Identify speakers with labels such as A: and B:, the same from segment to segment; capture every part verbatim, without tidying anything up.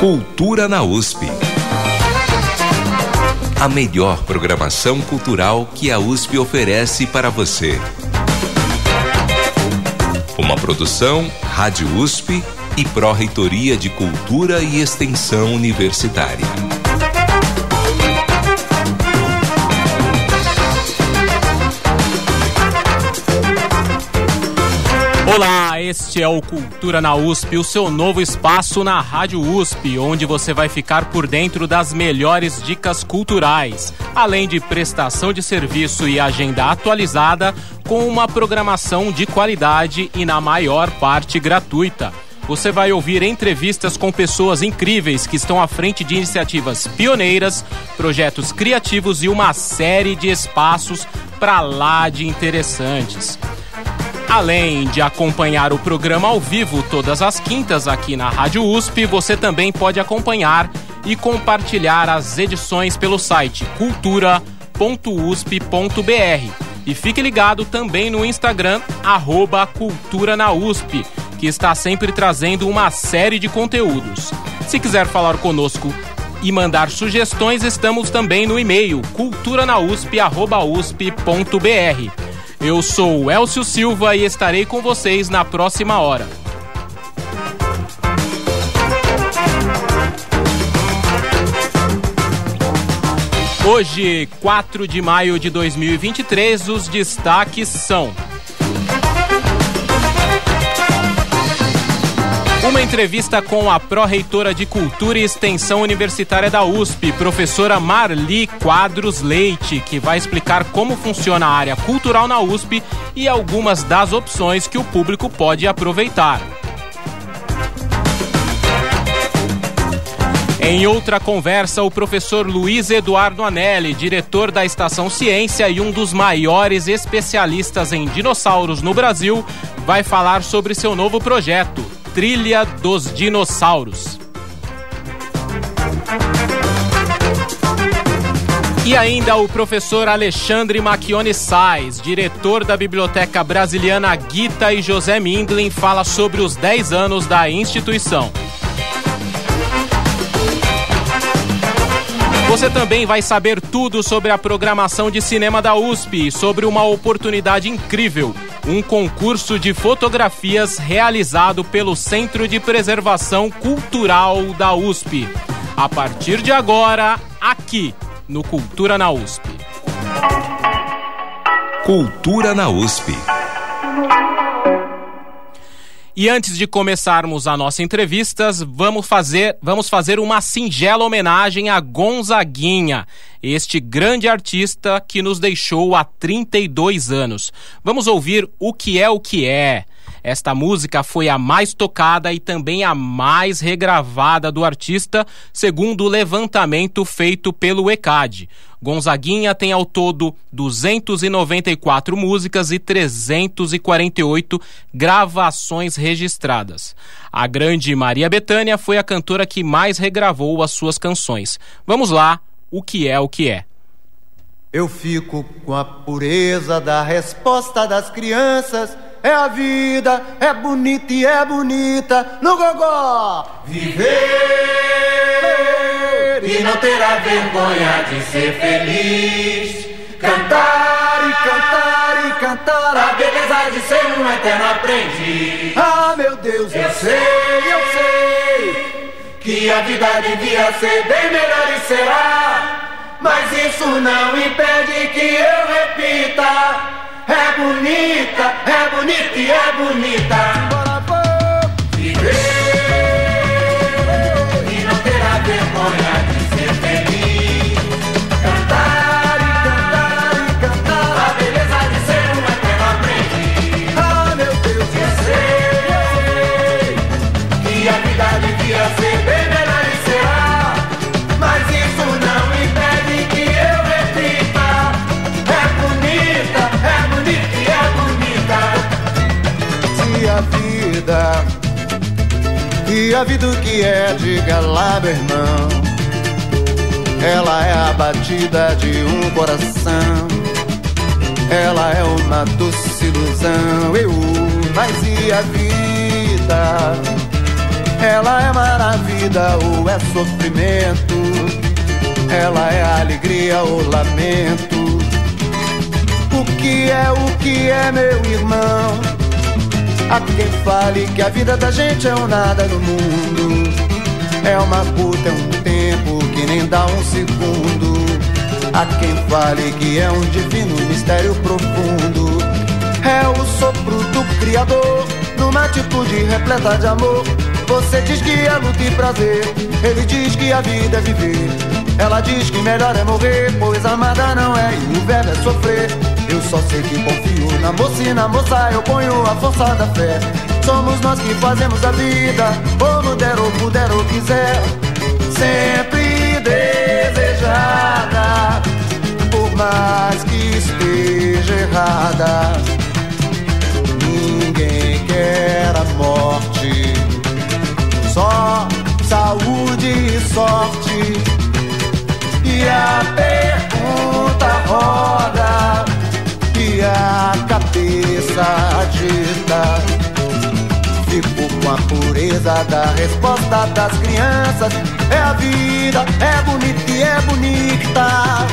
A: Cultura na U S P. A melhor programação cultural que a U S P oferece para você. Uma produção Rádio U S P e Pró-Reitoria de Cultura e Extensão Universitária.
B: Olá, este é o Cultura na U S P, o seu novo espaço na Rádio U S P, onde você vai ficar por dentro das melhores dicas culturais, além de prestação de serviço e agenda atualizada, com uma programação de qualidade e na maior parte gratuita. Você vai ouvir entrevistas com pessoas incríveis que estão à frente de iniciativas pioneiras, projetos criativos e uma série de espaços para lá de interessantes. Além de acompanhar o programa ao vivo todas as quintas aqui na Rádio U S P, você também pode acompanhar e compartilhar as edições pelo site cultura ponto u s p ponto b r. E fique ligado também no Instagram, arroba Cultura na U S P, que está sempre trazendo uma série de conteúdos. Se quiser falar conosco e mandar sugestões, estamos também no e-mail cultura na u s p arroba u s p ponto b r. Eu sou o Elcio Silva e estarei com vocês na próxima hora. Hoje, quatro de maio de dois mil e vinte e três, os destaques são: uma entrevista com a Pró-Reitora de Cultura e Extensão Universitária da U S P, professora Marli Quadros Leite, que vai explicar como funciona a área cultural na U S P e algumas das opções que o público pode aproveitar. Em outra conversa, o professor Luiz Eduardo Anelli, diretor da Estação Ciência e um dos maiores especialistas em dinossauros no Brasil, vai falar sobre seu novo projeto, Trilha dos Dinossauros. E ainda o professor Alexandre Macchione Sais, diretor da Biblioteca Brasiliana Gita e José Mindlin, fala sobre os dez anos da instituição. Você também vai saber tudo sobre a programação de cinema da U S P e sobre uma oportunidade incrível, um concurso de fotografias realizado pelo Centro de Preservação Cultural da U S P. A partir de agora, aqui no Cultura na U S P.
A: Cultura na U S P.
B: E antes de começarmos a nossa entrevista, vamos fazer, vamos fazer uma singela homenagem a Gonzaguinha, este grande artista que nos deixou há trinta e dois anos. Vamos ouvir O Que É O Que É. Esta música foi a mais tocada e também a mais regravada do artista, segundo o levantamento feito pelo E C A D. Gonzaguinha tem ao todo duzentas e noventa e quatro músicas e trezentas e quarenta e oito gravações registradas. A grande Maria Bethânia foi a cantora que mais regravou as suas canções. Vamos lá, O Que É O Que É.
C: Eu fico com a pureza da resposta das crianças. É a vida, é bonita e é bonita no gogó. Viver e não ter a vergonha de ser feliz. Cantar e cantar e cantar a beleza de ser um eterno aprendiz. Ah, meu Deus, eu sei, eu sei que a vida devia ser bem melhor e será. Mas isso não impede que eu repita. É bonita, é bonita e é bonita. Bora, bora. Viver e não ter a vergonha de ser feliz. Cantar e cantar e cantar a beleza de ser um eterno aprendiz. Ah, meu Deus, eu sei que a vida devia ser bem melhor e será. Mas isso não impede que eu repita. É bonita, é bonita e é bonita. Se a vida, e a vida o que é, diga lá, meu irmão. Ela é a batida de um coração. Ela é uma doce ilusão. Eu, mas e a vida? Ela é maravilha. vida ou é sofrimento, ela é alegria ou lamento. O que é, o que é, meu irmão? Há quem fale que a vida da gente é um nada no mundo, é uma puta, é um tempo que nem dá um segundo. Há quem fale que é um divino mistério profundo, é o sopro do Criador numa atitude repleta de amor. Você diz que é luta e prazer, ele diz que a vida é viver. Ela diz que melhor é morrer, pois amada não é e o verbo é sofrer. Eu só sei que confio na moça e na moça eu ponho a força da fé. Somos nós que fazemos a vida, como der ou puder ou quiser. Sempre desejada, por mais que esteja errada. Ninguém quer a morte, só saúde e sorte. E a pergunta roda e a cabeça agita. Fico com a pureza da resposta das crianças. É a vida, é bonita e é bonita.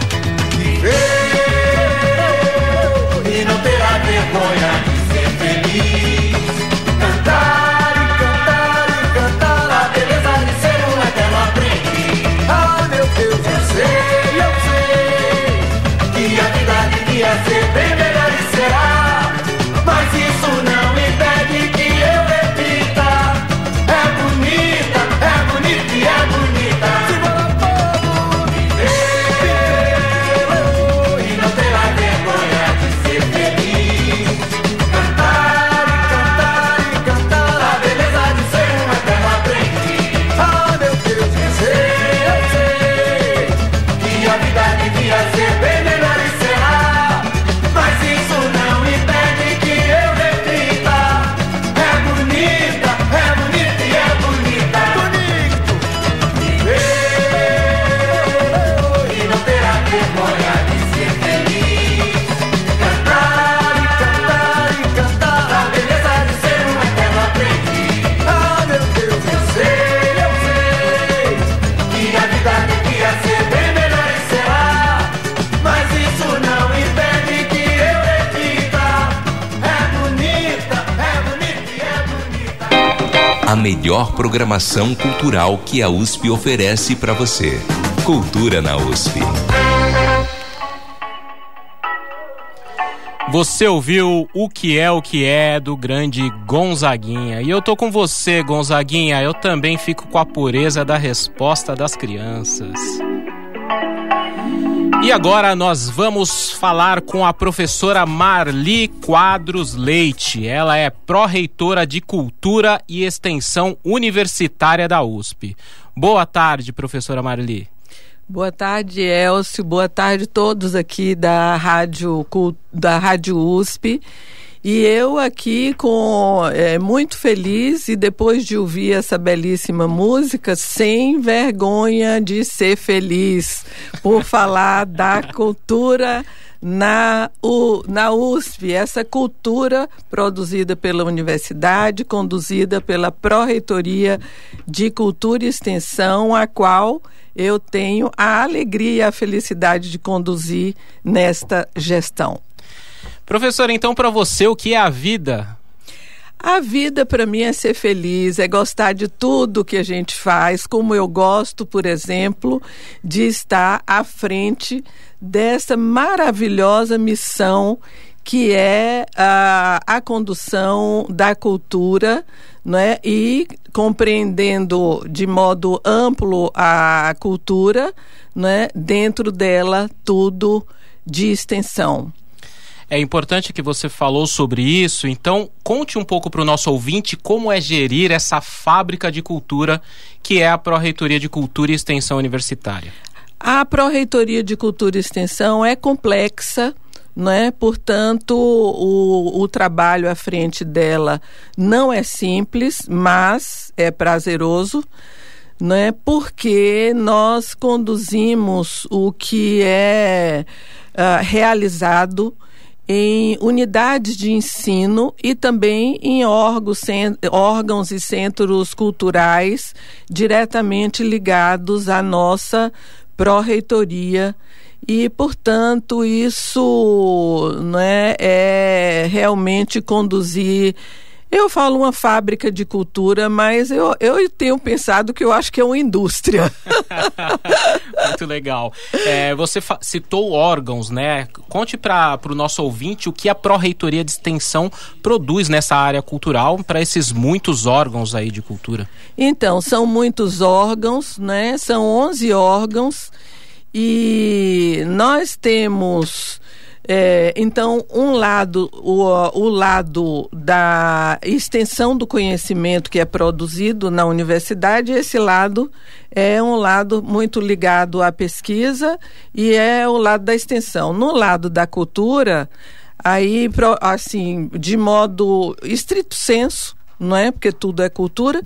C: Viver e não terá vergonha de ser feliz. Cantar e cantar e cantar a beleza de ser um eterno aprendiz. Ah, meu Deus, eu sei, eu sei que a vida devia ser bem melhor e será. Mas isso não impede que eu repita. É bonita, é bonita e é bonita. Simbora, povo, viver e não terá vergonha de ser feliz. Cantar e cantar e cantar a beleza de ser um eterno aprendiz. Ah, meu Deus, eu sei, eu sei que a vida devia ser bem melhor e será. Mas isso não impede que eu repita. É bonita, é bonita e é bonita. Bonito, viver e não terá vergonha de ser feliz. Cantar e cantar e cantar a beleza de ser um eterno aprendiz. Ah, meu Deus, eu sei, eu sei que a vida devia ser bem melhor e será. Mas isso não impede que eu repita. É bonita, é bonita e é bonita.
A: A melhor programação cultural que a U S P oferece para você. Cultura na U S P.
B: Você ouviu O Que É O Que É, do grande Gonzaguinha. E eu tô com você, Gonzaguinha. Eu também fico com a pureza da resposta das crianças. E agora nós vamos falar com a professora Marli Quadros Leite. Ela é pró-reitora de Cultura e Extensão Universitária da U S P. Boa tarde, professora Marli.
D: Boa tarde, Elcio. Boa tarde a todos aqui da Rádio, da Rádio U S P. E eu aqui com é, muito feliz e depois de ouvir essa belíssima música, sem vergonha de ser feliz por falar da cultura na, U, na U S P, essa cultura produzida pela universidade, conduzida pela Pró-Reitoria de Cultura e Extensão, a qual eu tenho a alegria e a felicidade de conduzir nesta gestão.
B: Professora, então para você, o que é a vida?
D: A vida para mim é ser feliz, é gostar de tudo que a gente faz, como eu gosto, por exemplo, de estar à frente dessa maravilhosa missão que é a, a condução da cultura, né? E compreendendo de modo amplo a cultura, né? Dentro dela tudo de extensão.
B: É importante que você falou sobre isso, então conte um pouco para o nosso ouvinte como é gerir essa fábrica de cultura que é a Pró-Reitoria de Cultura e Extensão Universitária.
D: A Pró-Reitoria de Cultura e Extensão é complexa, né? Portanto, o, o trabalho à frente dela não é simples, mas é prazeroso, né? Porque nós conduzimos o que é uh, realizado em unidades de ensino e também em órgãos, órgãos e centros culturais diretamente ligados à nossa pró-reitoria. E, portanto, isso, né, é realmente conduzir... Eu falo uma fábrica de cultura, mas eu, eu tenho pensado que eu acho que é uma indústria.
B: Muito legal. É, você fa- citou órgãos, né? Conte para o nosso ouvinte o que a Pró-Reitoria de Extensão produz nessa área cultural para esses muitos órgãos aí de cultura.
D: Então, são muitos órgãos, né? São onze órgãos e nós temos... É, então, um lado, o, o lado da extensão do conhecimento que é produzido na universidade, esse lado é um lado muito ligado à pesquisa e é o lado da extensão. No lado da cultura, aí, assim, de modo estrito senso, não é? Porque tudo é cultura.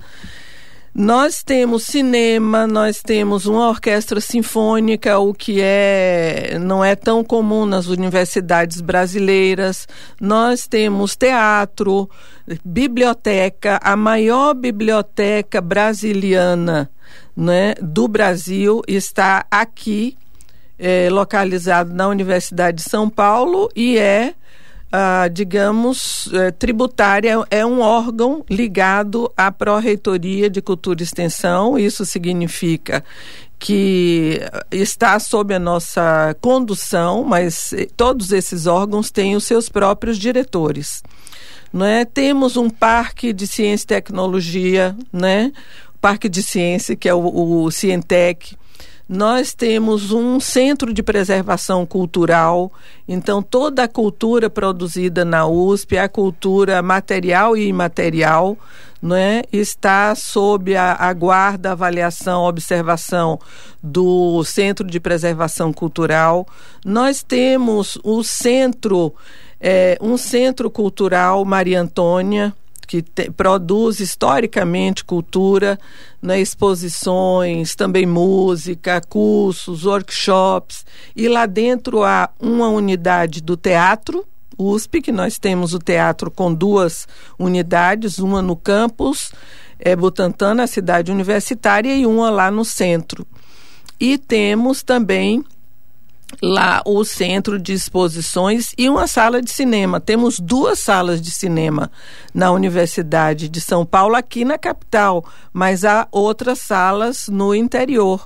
D: Nós temos cinema, nós temos uma orquestra sinfônica, o que é, não é tão comum nas universidades brasileiras. Nós temos teatro, biblioteca, a maior biblioteca brasiliana, né, do Brasil está aqui, é, localizado na Universidade de São Paulo e é... Uh, digamos, uh, tributária, é um órgão ligado à Pró-Reitoria de Cultura e Extensão. Isso significa que está sob a nossa condução, mas todos esses órgãos têm os seus próprios diretores. Não é? Temos um parque de ciência e tecnologia, né? O Parque de Ciência, que é o, o Cientec. Nós temos um centro de preservação cultural, então toda a cultura produzida na U S P, a cultura material e imaterial, não é, está sob a, a guarda, avaliação, observação do Centro de Preservação Cultural. Nós temos o centro, é, um centro cultural Maria Antônia, que te, produz historicamente cultura, né, exposições, também música, cursos, workshops, e lá dentro há uma unidade do teatro, U S P, que nós temos o teatro com duas unidades, uma no campus é, Butantã, na cidade universitária, e uma lá no centro. E temos também lá o centro de exposições e uma sala de cinema. Temos duas salas de cinema na Universidade de São Paulo, aqui na capital, mas há outras salas no interior.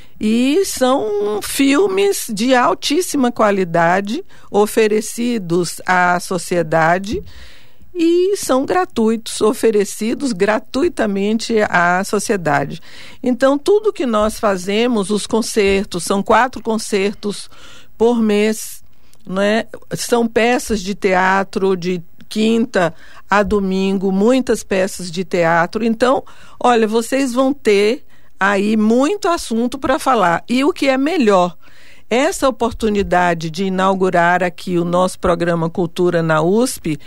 D: E são filmes de altíssima qualidade oferecidos à sociedade e são gratuitos, oferecidos gratuitamente à sociedade. Então, tudo que nós fazemos, os concertos, são quatro concertos por mês, né? São peças de teatro de quinta a domingo, muitas peças de teatro. Então, olha, vocês vão ter aí muito assunto para falar. E o que é melhor, essa oportunidade de inaugurar aqui o nosso programa Cultura na U S P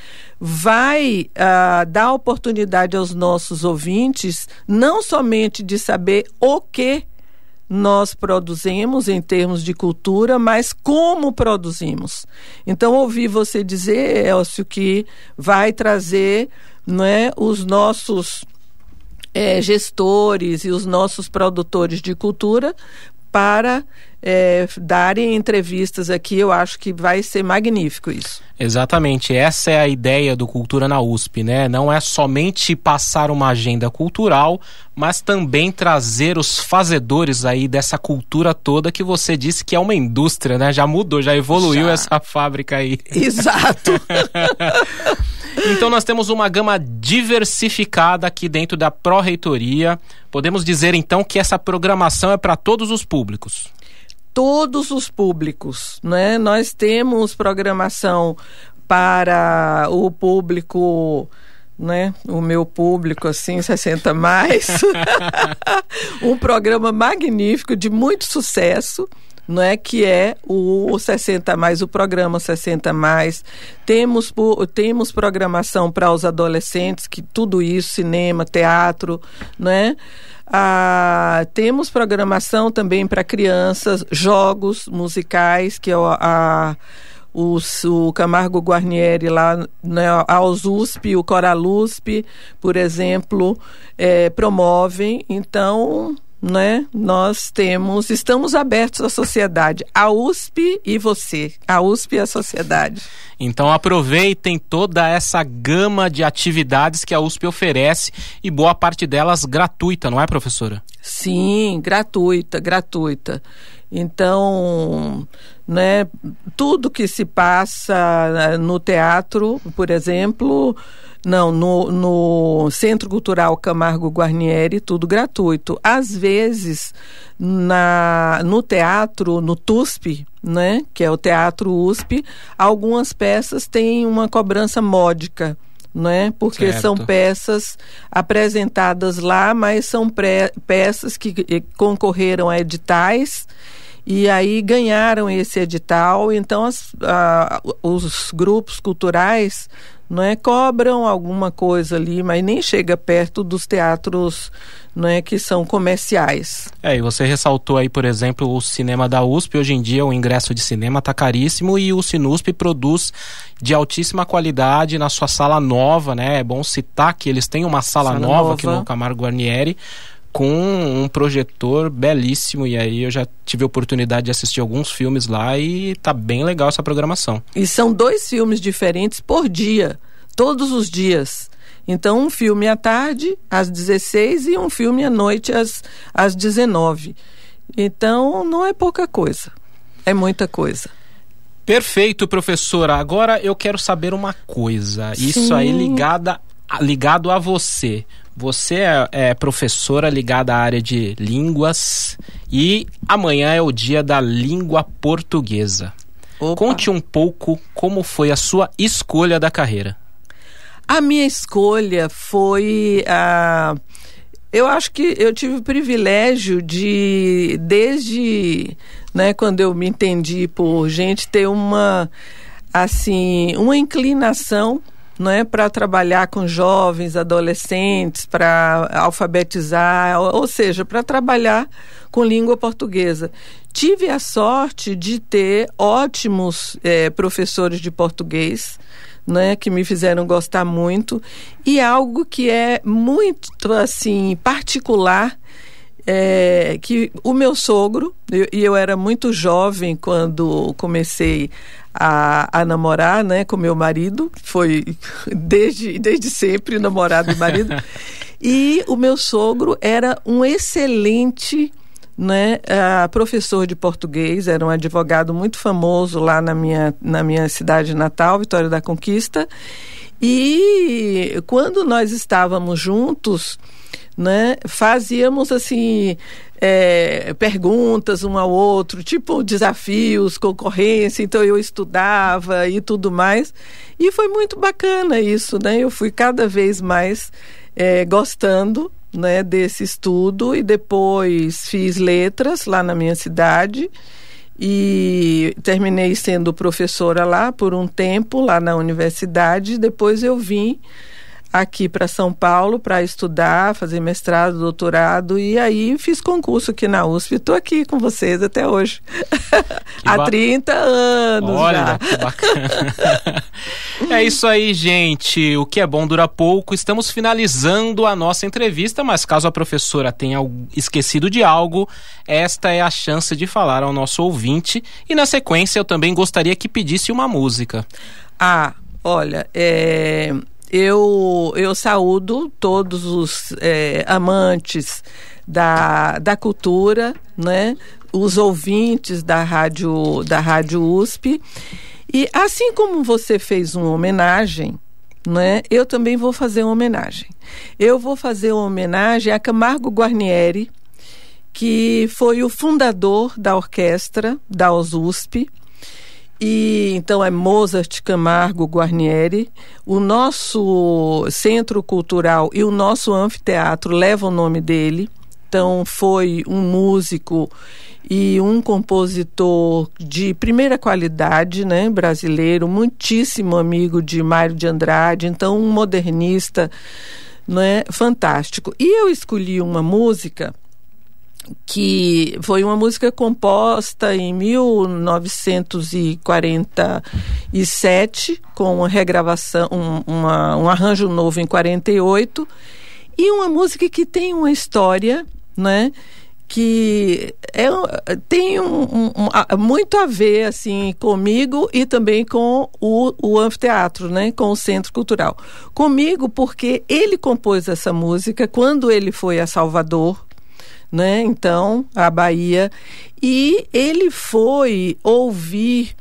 D: vai uh, dar oportunidade aos nossos ouvintes não somente de saber o que nós produzimos em termos de cultura, mas como produzimos. Então, ouvi você dizer, Elcio, que vai trazer, não é, os nossos é, gestores e os nossos produtores de cultura para é, darem entrevistas aqui. Eu acho que vai ser magnífico isso.
B: Exatamente, essa é a ideia do Cultura na U S P, né? Não é somente passar uma agenda cultural, mas também trazer os fazedores aí dessa cultura toda que você disse que é uma indústria, né? Já mudou, já evoluiu já. Essa fábrica aí.
D: Exato.
B: Então nós temos uma gama diversificada aqui dentro da Pró-Reitoria. Podemos dizer então que essa programação é para todos os públicos?
D: Todos os públicos, né? Nós temos programação para o público, né? O meu público, assim, sessenta mais. Um programa magnífico, de muito sucesso, não é, que é o sessenta mais, o programa sessenta mais. Temos, temos programação para os adolescentes, que tudo isso, cinema, teatro, não é? Ah, temos programação também para crianças, jogos musicais, que é a, a, o, o Camargo Guarnieri lá, né, a USP, o Coralusp, por exemplo, é, promovem. Então, né, nós temos, estamos abertos à sociedade, a U S P e você, a U S P e a sociedade.
B: Então aproveitem toda essa gama de atividades que a U S P oferece e boa parte delas gratuita, não é, professora?
D: Sim, gratuita, gratuita. Então, né, tudo que se passa no teatro, por exemplo, não, no, no Centro Cultural Camargo Guarnieri, tudo gratuito. Às vezes, na, no teatro, no T U S P, né, que é o Teatro U S P, algumas peças têm uma cobrança módica, né? Porque certo. São peças apresentadas lá, mas são pré, peças que concorreram a editais e aí ganharam esse edital. Então as, a, os grupos culturais, não é, cobram alguma coisa ali, mas nem chega perto dos teatros, não é, que são comerciais.
B: É, e você ressaltou aí, por exemplo, o cinema da U S P. Hoje em dia o ingresso de cinema está caríssimo e o Sinusp produz de altíssima qualidade na sua sala nova, né? É bom citar que eles têm uma sala, sala nova, nova aqui no Camargo Guarnieri, com um projetor belíssimo, e aí eu já tive a oportunidade de assistir alguns filmes lá e tá bem legal essa programação.
D: E são dois filmes diferentes por dia, todos os dias. Então um filme à tarde, às dezesseis, e um filme à noite, às, às dezenove. Então não é pouca coisa, é muita coisa.
B: Perfeito, professora. Agora eu quero saber uma coisa, Sim. isso aí ligada, ligado a você. Você é, é professora ligada à área de línguas e amanhã é o dia da língua portuguesa. Opa. Conte um pouco como foi a sua escolha da carreira.
D: A minha escolha foi... Uh, eu acho que eu tive o privilégio de, desde, né, quando eu me entendi por gente, ter uma, assim, uma inclinação, não é, para trabalhar com jovens, adolescentes, para alfabetizar, ou, ou seja, para trabalhar com língua portuguesa. Tive a sorte de ter ótimos é, professores de português, né, que me fizeram gostar muito, e algo que é muito assim particular, é, que o meu sogro, eu, e eu era muito jovem quando comecei A, a namorar, né, com meu marido, foi desde, desde sempre namorado e marido, e o meu sogro era um excelente, né, uh, professor de português, era um advogado muito famoso lá na minha, na minha cidade natal, Vitória da Conquista, e quando nós estávamos juntos, né, fazíamos assim é, perguntas um ao outro, tipo desafios, concorrência, então eu estudava e tudo mais, e foi muito bacana isso, né? Eu fui cada vez mais é, gostando, né, desse estudo, e depois fiz letras lá na minha cidade e terminei sendo professora lá por um tempo, lá na universidade. Depois eu vim aqui para São Paulo para estudar, fazer mestrado, doutorado, e aí fiz concurso aqui na U S P. Estou aqui com vocês até hoje. Há ba... trinta anos.
B: Olha,
D: já.
B: Que bacana. É isso aí, gente. O que é bom dura pouco. Estamos finalizando a nossa entrevista, mas caso a professora tenha esquecido de algo, esta é a chance de falar ao nosso ouvinte. E na sequência eu também gostaria que pedisse uma música.
D: Ah, olha, é... Eu, eu saúdo todos os é, amantes da, da cultura, né? Os ouvintes da rádio, da rádio U S P. E assim como você fez uma homenagem, né? Eu também vou fazer uma homenagem. Eu vou fazer uma homenagem a Camargo Guarnieri, que foi o fundador da orquestra da U S P. E então é Mozart Camargo Guarnieri. O nosso centro cultural e o nosso anfiteatro levam o nome dele. Então foi um músico e um compositor de primeira qualidade, né, brasileiro, muitíssimo amigo de Mário de Andrade, então um modernista, né, fantástico. E eu escolhi uma música que foi uma música composta em mil novecentos e quarenta e sete, com uma regravação, um, uma, um arranjo novo em quarenta e oito, e uma música que tem uma história, né, que é, tem um, um, um, muito a ver assim, comigo e também com o, o anfiteatro, né, com o Centro Cultural. Comigo porque ele compôs essa música quando ele foi a Salvador, né, então, a Bahia, e ele foi ouvir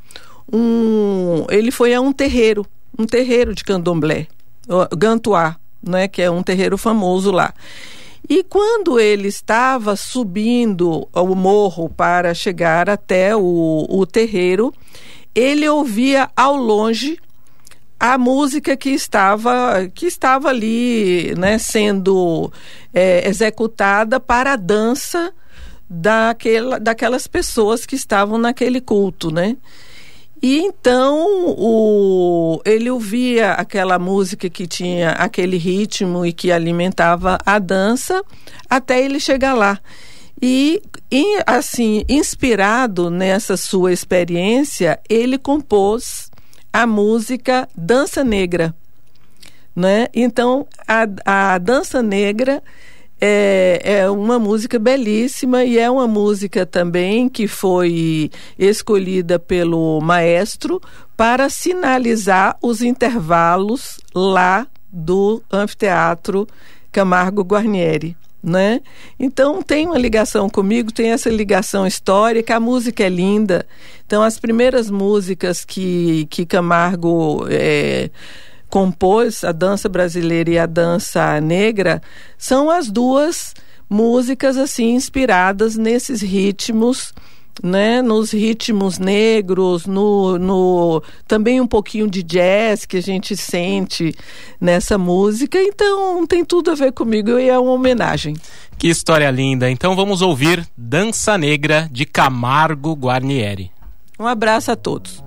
D: um... ele foi a um terreiro, um terreiro de candomblé, Gantuá, né, que é um terreiro famoso lá. E quando ele estava subindo o morro para chegar até o, o terreiro, ele ouvia ao longe a música que estava, que estava ali, né, sendo é, executada para a dança daquela, daquelas pessoas que estavam naquele culto, né? E então o, ele ouvia aquela música que tinha aquele ritmo e que alimentava a dança até ele chegar lá. E, e assim, inspirado nessa sua experiência, ele compôs a música Dança Negra, né? Então, a, a Dança Negra é, é uma música belíssima e é uma música também que foi escolhida pelo maestro para sinalizar os intervalos lá do Anfiteatro Camargo Guarnieri, né? Então tem uma ligação comigo, tem essa ligação histórica, a música é linda. Então as primeiras músicas que, que Camargo é, compôs, a dança brasileira e a dança negra, são as duas músicas assim inspiradas nesses ritmos, né, nos ritmos negros, no, no também um pouquinho de jazz que a gente sente nessa música. Então tem tudo a ver comigo e é uma homenagem.
B: Que história linda. Então vamos ouvir Dança Negra de Camargo Guarnieri.
D: Um abraço a todos.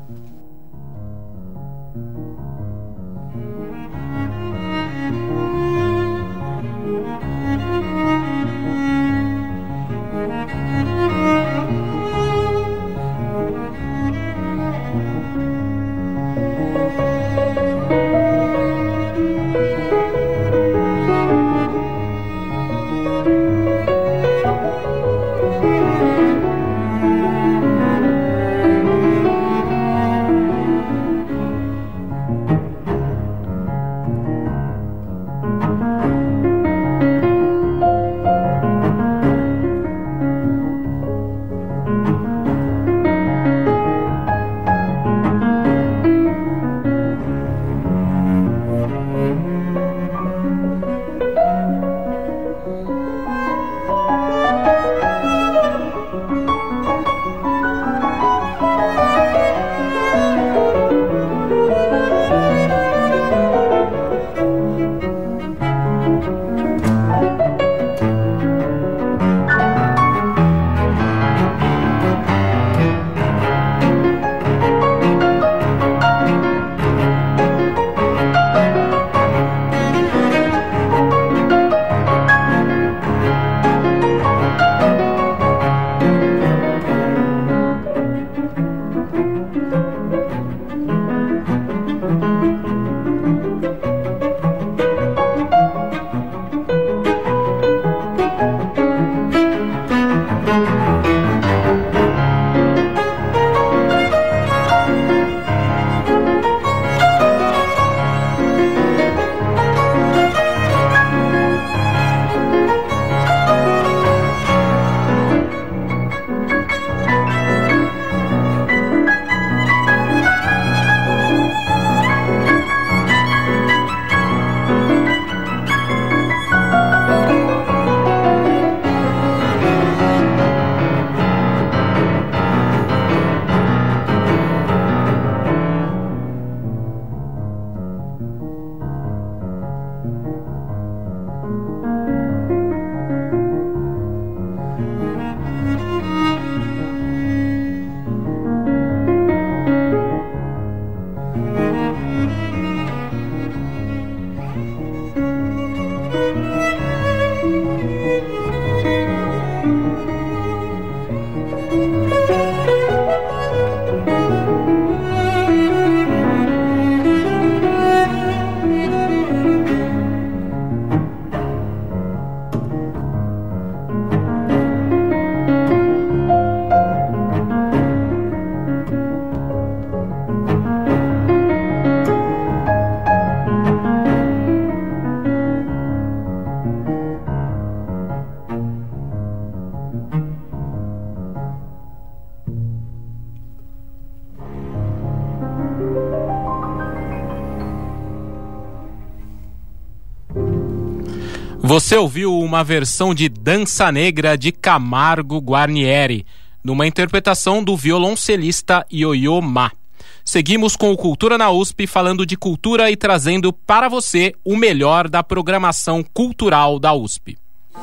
B: Você ouviu uma versão de Dança Negra de Camargo Guarnieri, numa interpretação do violoncelista Yo-Yo Ma. Seguimos com o Cultura na U S P, falando de cultura e trazendo para você o melhor da programação cultural da U S P.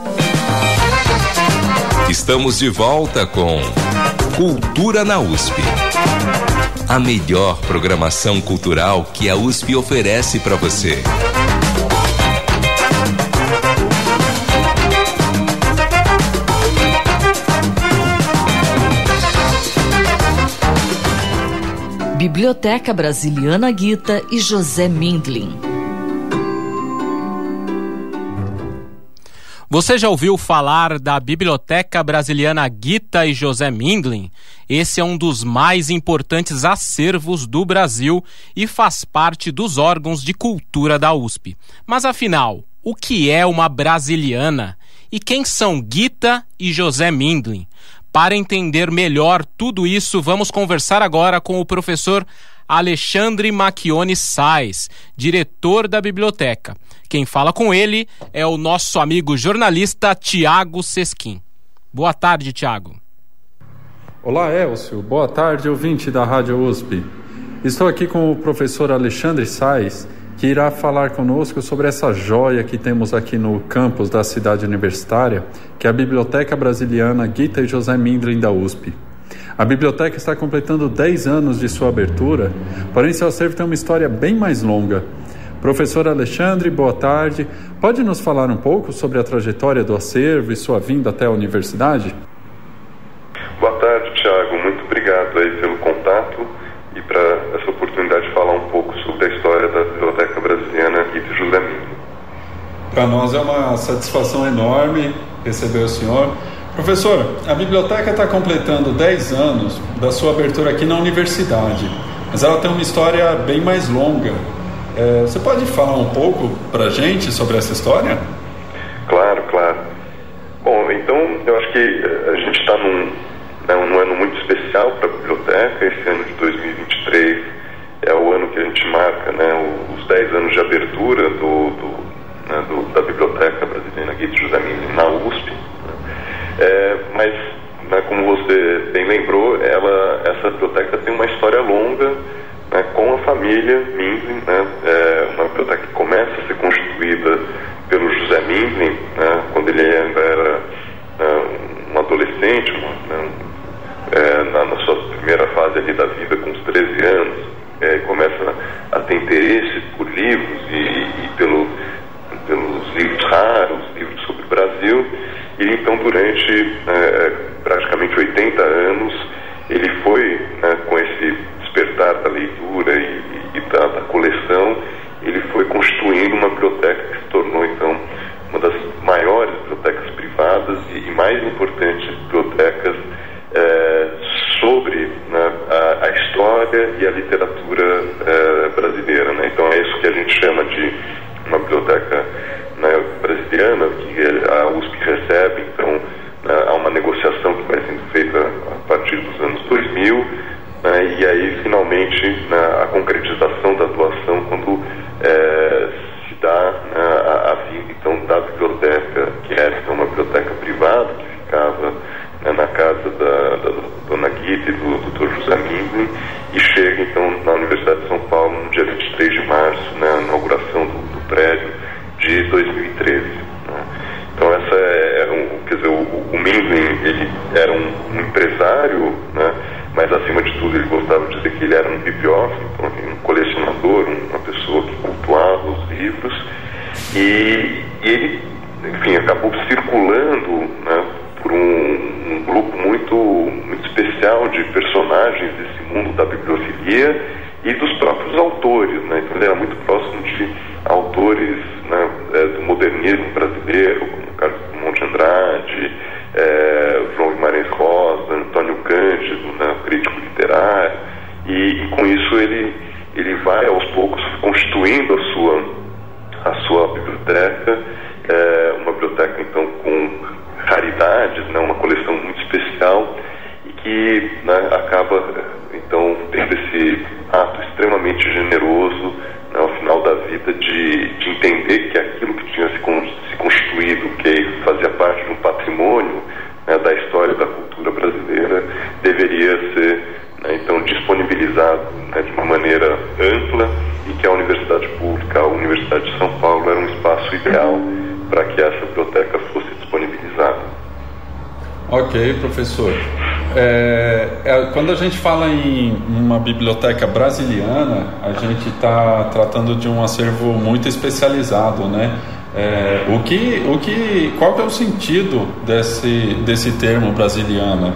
A: Estamos de volta com Cultura na U S P. A melhor programação cultural que a U S P oferece para você.
E: Biblioteca Brasiliana Guita e José Mindlin.
B: Você já ouviu falar da Biblioteca Brasiliana Guita e José Mindlin? Esse é um dos mais importantes acervos do Brasil e faz parte dos órgãos de cultura da U S P. Mas afinal, o que é uma brasiliana? E quem são Guita e José Mindlin? Para entender melhor tudo isso, vamos conversar agora com o professor Alexandre Macchione Sais, diretor da biblioteca. Quem fala com ele é o nosso amigo jornalista Tiago Sesquim. Boa tarde, Tiago.
F: Olá, Elcio. Boa tarde, ouvinte da Rádio U S P. Estou aqui com o professor Alexandre Sais, que irá falar conosco sobre essa joia que temos aqui no campus da cidade universitária, que é a Biblioteca Brasiliana Guita e José Mindlin da U S P. A biblioteca está completando dez anos de sua abertura, porém seu acervo tem uma história bem mais longa. Professor Alexandre, boa tarde. Pode nos falar um pouco sobre a trajetória do acervo e sua vinda até a universidade?
G: Boa tarde, Tiago. Muito obrigado aí pelo contato e para essa oportunidade de falar um pouco sobre a história da Biblioteca Brasiliana Guita e José Mindlin.
F: Para nós é uma satisfação enorme receber o senhor. Professor, a biblioteca está completando dez anos da sua abertura aqui na universidade, mas ela tem uma história bem mais longa. É, você pode falar um pouco para a gente sobre essa história?
G: Claro, claro. Bom, então eu acho que a gente está num, né, num ano muito especial para a biblioteca. Esse ano de dois mil e vinte e três é o ano que a gente marca, né, os dez anos de abertura do, do, né, do, da Biblioteca Brasiliana Guita e José Mindlin na U S P. É, mas, né, como você bem lembrou, ela, essa biblioteca tem uma história longa, né, com a família Mindlin, né, é uma biblioteca que começa a ser constituída pelo José Mindlin, né, quando ele ainda era né, um adolescente, né, é, na, na sua primeira fase ali da vida, com os treze anos, é, começa a ter interesse por livros e, e pelo, pelos livros raros, livros sobre o Brasil. E então, durante é, praticamente oitenta anos, ele foi, né, com esse despertar da leitura e, e da, da coleção, ele foi constituindo uma biblioteca que se tornou, então, uma das maiores bibliotecas privadas e, e mais importantes bibliotecas é, sobre, né, a, a história e a literatura é, brasileira, né? Então, é isso que a gente chama de uma biblioteca, né, brasiliana, que a U S P recebe. Então, né, há uma negociação que vai sendo feita a partir dos anos dois mil, né, e aí finalmente, né, a concretização da doação quando é, se dá, né, a, a vinda então da biblioteca, que era então uma biblioteca privada que ficava, né, na casa da, da dona Guita e do doutor José Mindlin, e chega então na Universidade de São Paulo no dia vinte e três de março, né, a inauguração do, do prédio de dois mil e treze. Né? Então essa é, é um, quer dizer, o, o Mindlin, ele era um, um empresário, né? Mas acima de tudo ele gostava de dizer que ele era um bibliófilo, então, um colecionador, uma pessoa que cultuava os livros, e, e ele, enfim, acabou circulando, né, por um, um grupo muito, muito especial de personagens desse mundo da bibliofilia e dos próprios autores, né? Então ele era muito próximo de autores, né, do modernismo brasileiro, como Carlos Drummond de Andrade, é, João Guimarães Rosa, Antônio Cândido, né, crítico literário, e, e com isso ele, ele vai aos poucos constituindo a sua, a sua biblioteca, é, uma biblioteca então com raridades, né, uma coleção muito especial, e que, né, acaba então tendo esse ato extremamente generoso, né, ao final da vida, de, de entender que aquilo que tinha se, con- se constituído
F: Ok, professor. É, é, quando a gente fala em uma biblioteca brasiliana, a gente está tratando de um acervo muito especializado, né? É, o que, o que, qual que é o sentido desse, desse termo brasiliana?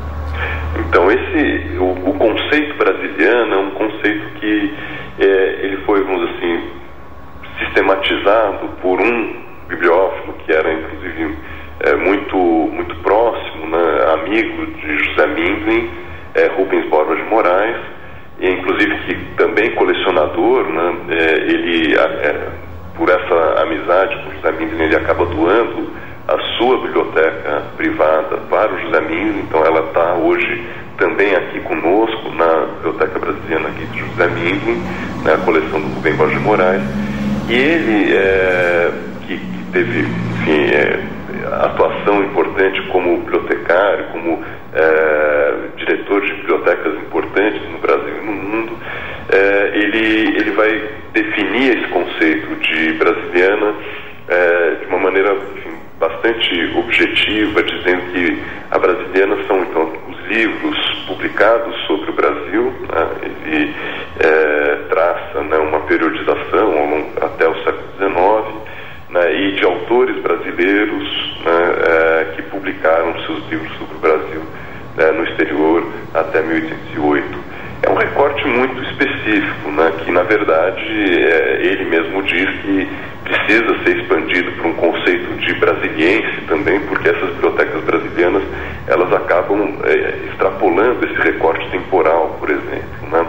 G: Então, esse, o, o conceito brasiliano é um conceito que é, ele foi, vamos dizer assim, sistematizado por um bibliófilo que era, inclusive, é, muito, muito próximo, né, amigo de José Mindlin, é, Rubens Borba de Moraes, e inclusive que também colecionador, né, é, ele, é, por essa amizade com José Mindlin, ele acaba doando a sua biblioteca privada para o José Mindlin, então ela está hoje também aqui conosco na Biblioteca Brasiliana aqui de José Mindlin, na coleção do Rubem Borba de Moraes, e ele, é, que, que teve, enfim, é, atuação importante como bibliotecário, como é, diretor de bibliotecas importantes no Brasil e no mundo, é, ele, ele vai definir esse conceito de brasiliana é, de uma maneira, enfim, bastante objetiva, dizendo que a brasiliana são, então, os livros publicados sobre o Brasil, né? Ele é, traça, né, uma periodização ao longo, até o século dezenove, né, e de autores brasileiros, né, é, que publicaram seus livros sobre o Brasil, né, no exterior até mil oitocentos e oito. É um recorte muito específico, né, que na verdade é, ele mesmo diz que precisa ser expandido para um conceito de brasiliense também, porque essas bibliotecas brasilianas elas acabam é, extrapolando esse recorte temporal, por exemplo, né?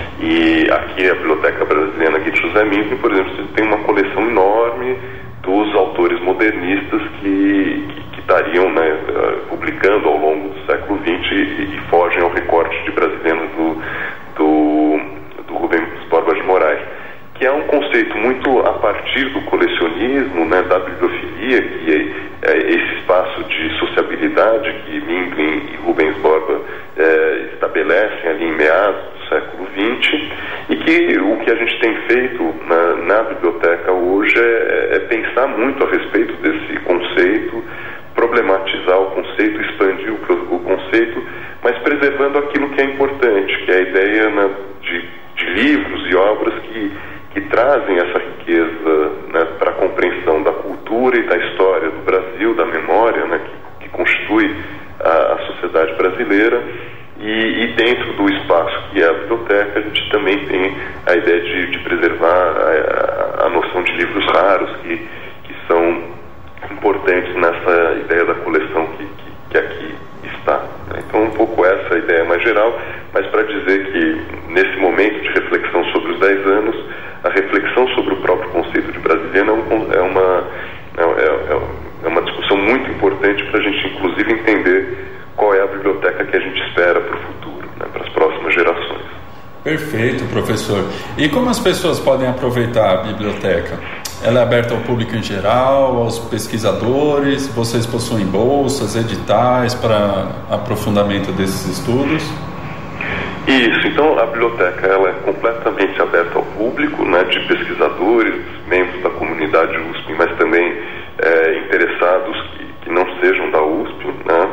G: E aqui a Biblioteca Brasiliana aqui de José Mindlin, por exemplo, você tem uma coleção enorme dos autores modernistas que, que, que estariam, né, publicando ao longo do século vinte e, e fogem ao recorte de brasilianos do, do, do Rubens Borba de Moraes, que é um conceito muito a partir do colecionismo, né, da bibliofilia, que é, é esse espaço de sociabilidade que Mindlin e Rubens Borba é, estabelecem ali em meados do século vinte, e que o que a gente tem feito na, na biblioteca hoje é, é pensar muito a respeito desse conceito, problematizar o conceito, expandir o, o conceito, mas preservando aquilo que é importante, que é a ideia, né, de, de livros e obras que que trazem essa riqueza, né, para a compreensão da cultura e da história do Brasil, da memória, né, que, que constitui a, a sociedade brasileira. E, e dentro do espaço que é a biblioteca, a gente também tem a ideia de, de preservar a, a, a noção de livros raros, que, que são importantes nessa ideia da coleção que, que, que aqui está. Então, um pouco essa ideia mais geral, mas para dizer que nesse momento de reflexão sobre os dez anos, a reflexão sobre o próprio conceito de brasiliana é uma, é, é uma discussão muito importante para a gente, inclusive, entender qual é a biblioteca que a gente espera para o futuro, né, para as próximas gerações.
F: Perfeito, professor. E como as pessoas podem aproveitar a biblioteca? Ela é aberta ao público em geral, aos pesquisadores? Vocês possuem bolsas, editais para aprofundamento desses estudos?
G: Isso, então a biblioteca ela é completamente aberta ao público, né, de pesquisadores, membros da comunidade U S P, mas também é, interessados que, que não sejam da U S P, né?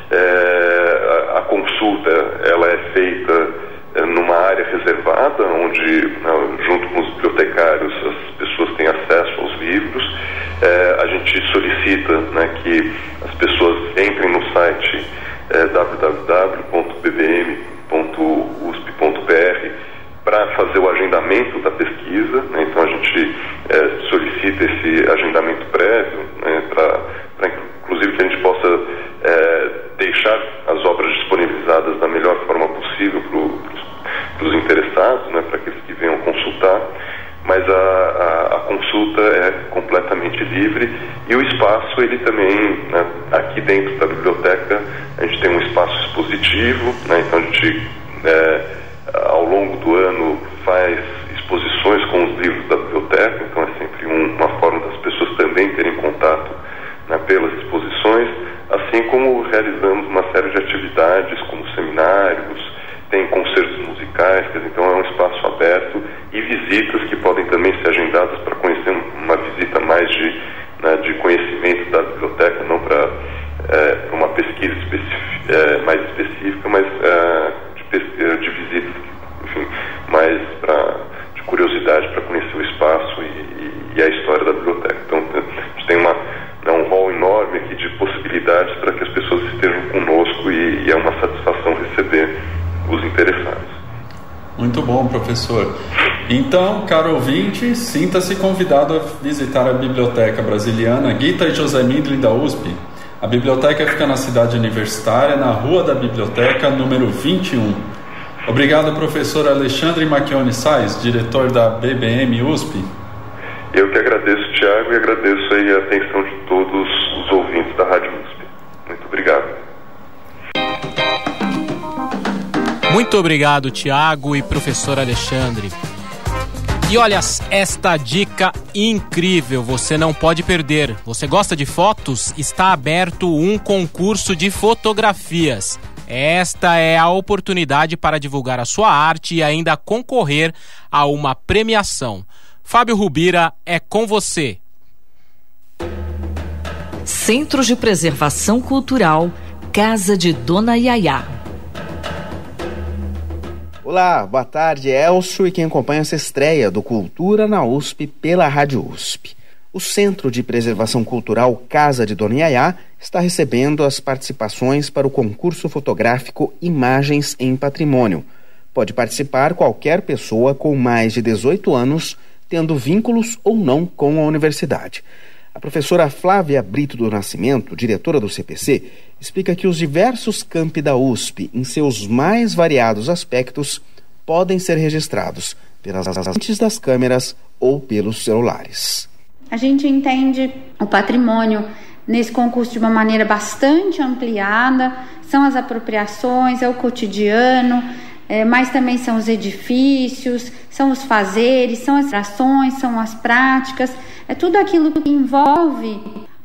G: É, a, a consulta ela é feita é, numa área reservada, onde, né, junto com os bibliotecários, as pessoas têm acesso aos livros. É, a gente solicita, né, que as pessoas entrem no site é, w w w ponto b b m ponto u s p ponto b r para fazer o agendamento da pesquisa, né? Então a gente é, solicita esse agendamento prévio, né, para inclusive que a gente possa é, deixar as obras disponibilizadas da melhor forma possível para os interessados, né, para aqueles que venham consultar. Mas a, a, a consulta é completamente livre e o espaço, ele também, né, aqui dentro da biblioteca, a gente tem um espaço expositivo, né, então a gente, é, ao longo do ano, faz exposições com os livros da biblioteca, então é sempre um, uma forma das pessoas também terem contato, né, pelas exposições, assim como realizamos uma série de atividades, como seminários, tem concertos musicais, quer dizer, então é um espaço aberto, e visitas que podem também ser agendadas para conhecer uma visita mais de, né, de conhecimento da biblioteca, não para é, uma pesquisa específica. aqui de possibilidades para que as pessoas estejam conosco e, e é uma satisfação receber os interessados.
F: Muito bom, professor. Então, caro ouvinte, sinta-se convidado a visitar a Biblioteca Brasiliana Guita e José Mindlin da U S P. A biblioteca fica na cidade universitária, na Rua da Biblioteca, número vinte e um. Obrigado, professor Alexandre Macchione Sais, diretor da B B M U S P.
G: Eu que agradeço, Tiago, e agradeço aí a atenção de todos os ouvintes da Rádio U S P. Muito obrigado.
B: Muito obrigado, Tiago e professor Alexandre. E olha, esta dica incrível, você não pode perder. Você gosta de fotos? Está aberto um concurso de fotografias. Esta é a oportunidade para divulgar a sua arte e ainda concorrer a uma premiação. Fábio Rubira, é com você.
E: Centro de Preservação Cultural, Casa de Dona Yaya.
H: Olá, boa tarde, Elcio e quem acompanha essa estreia do Cultura na U S P pela Rádio U S P. O Centro de Preservação Cultural Casa de Dona Yaya está recebendo as participações para o concurso fotográfico Imagens em Patrimônio. Pode participar qualquer pessoa com mais de dezoito anos, tendo vínculos ou não com a universidade. A professora Flávia Brito do Nascimento, diretora do C P C, explica que os diversos campi da U S P, em seus mais variados aspectos, podem ser registrados pelas lentes das câmeras ou pelos celulares.
I: A gente entende o patrimônio nesse concurso de uma maneira bastante ampliada, são as apropriações, é o cotidiano, é, mas também são os edifícios, são os fazeres, são as ações, são as práticas, é tudo aquilo que envolve